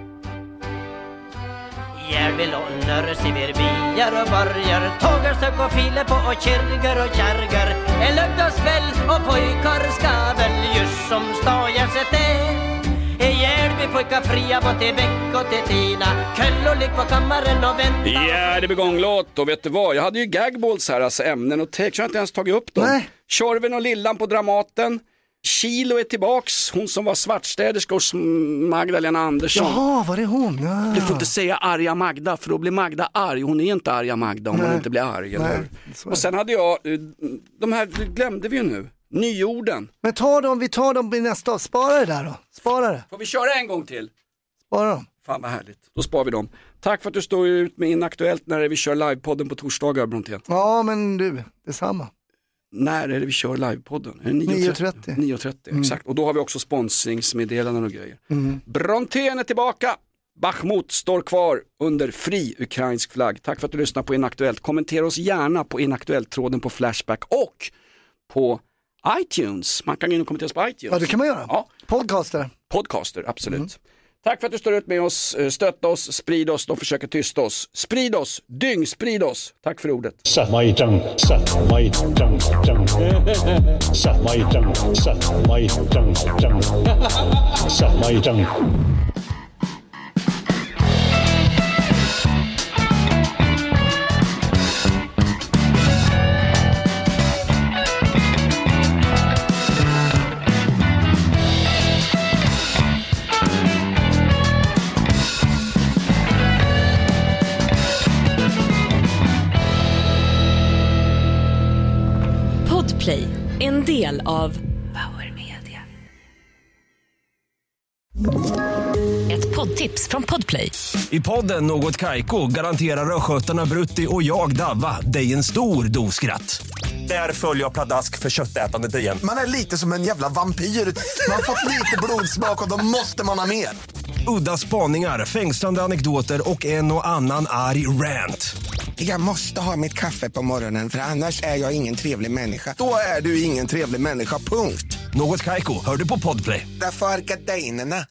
Järbilonner, Siverbier och borgar, tågar, sök och filer på och kyrgar och kärgar. En lördagskväll och pojkar ska väl just som stajar sig till. Järby pojkar fria på till Bäck och till Tina, köll och lik på kammaren och vänta. Ja, det blir gånglåt och vet du vad? Jag hade ju gagballs här, alltså ämnen och text, jag har inte ens tagit upp dem. Nej. Tjorven och Lillan på Dramaten. Kilo är tillbaks, hon som var svartstäderska hos Magdalena Andersson. Jaha, var det hon? Ja. Du får inte säga arga Magda, för då blir Magda arg. Hon är inte arga Magda om hon inte blir arg. Eller? Och sen hade jag, de här glömde vi ju nu, nyorden. Men vi tar dem i nästa av. Spara det där då. Spara det. Får vi köra en gång till? Spara dem. Fan vad härligt, då sparar vi dem. Tack för att du står ut med Inaktuellt när vi kör livepodden på torsdagar, Brontén. Ja, men du, detsamma. När är det vi kör livepodden? 9.30. 9.30, exakt. Och då har vi också sponsringsmeddelanden och grejer. Brontén är tillbaka. Bachmut står kvar under fri ukrainsk flagg. Tack för att du lyssnar på Inaktuellt. Kommentera oss gärna på Inaktuellt-tråden på Flashback och på iTunes. Man kan gå in och kommentera oss på iTunes. Ja, det kan man göra. Ja. Podcaster, absolut. Tack för att du står ut med oss, stötta oss, sprid oss, de försöker tysta oss. Sprid oss, sprid oss. Tack för ordet. Podplay, en del av Power Media. Ett poddtips från Podplay. I podden Något Kaiko garanterar röskötarna Brutti och jag Davva dig en stor doskratt. Där följer jag pladask för köttätandet igen. Man är lite som en jävla vampyr. Man har fått lite blodsmak och då måste man ha mer. Udda spaningar, fängslande anekdoter och en och annan arg rant. Jag måste ha mitt kaffe på morgonen för annars är jag ingen trevlig människa. Då är du ingen trevlig människa, punkt. Något Kaiko, hör du på Podplay. Därför är gardinerna.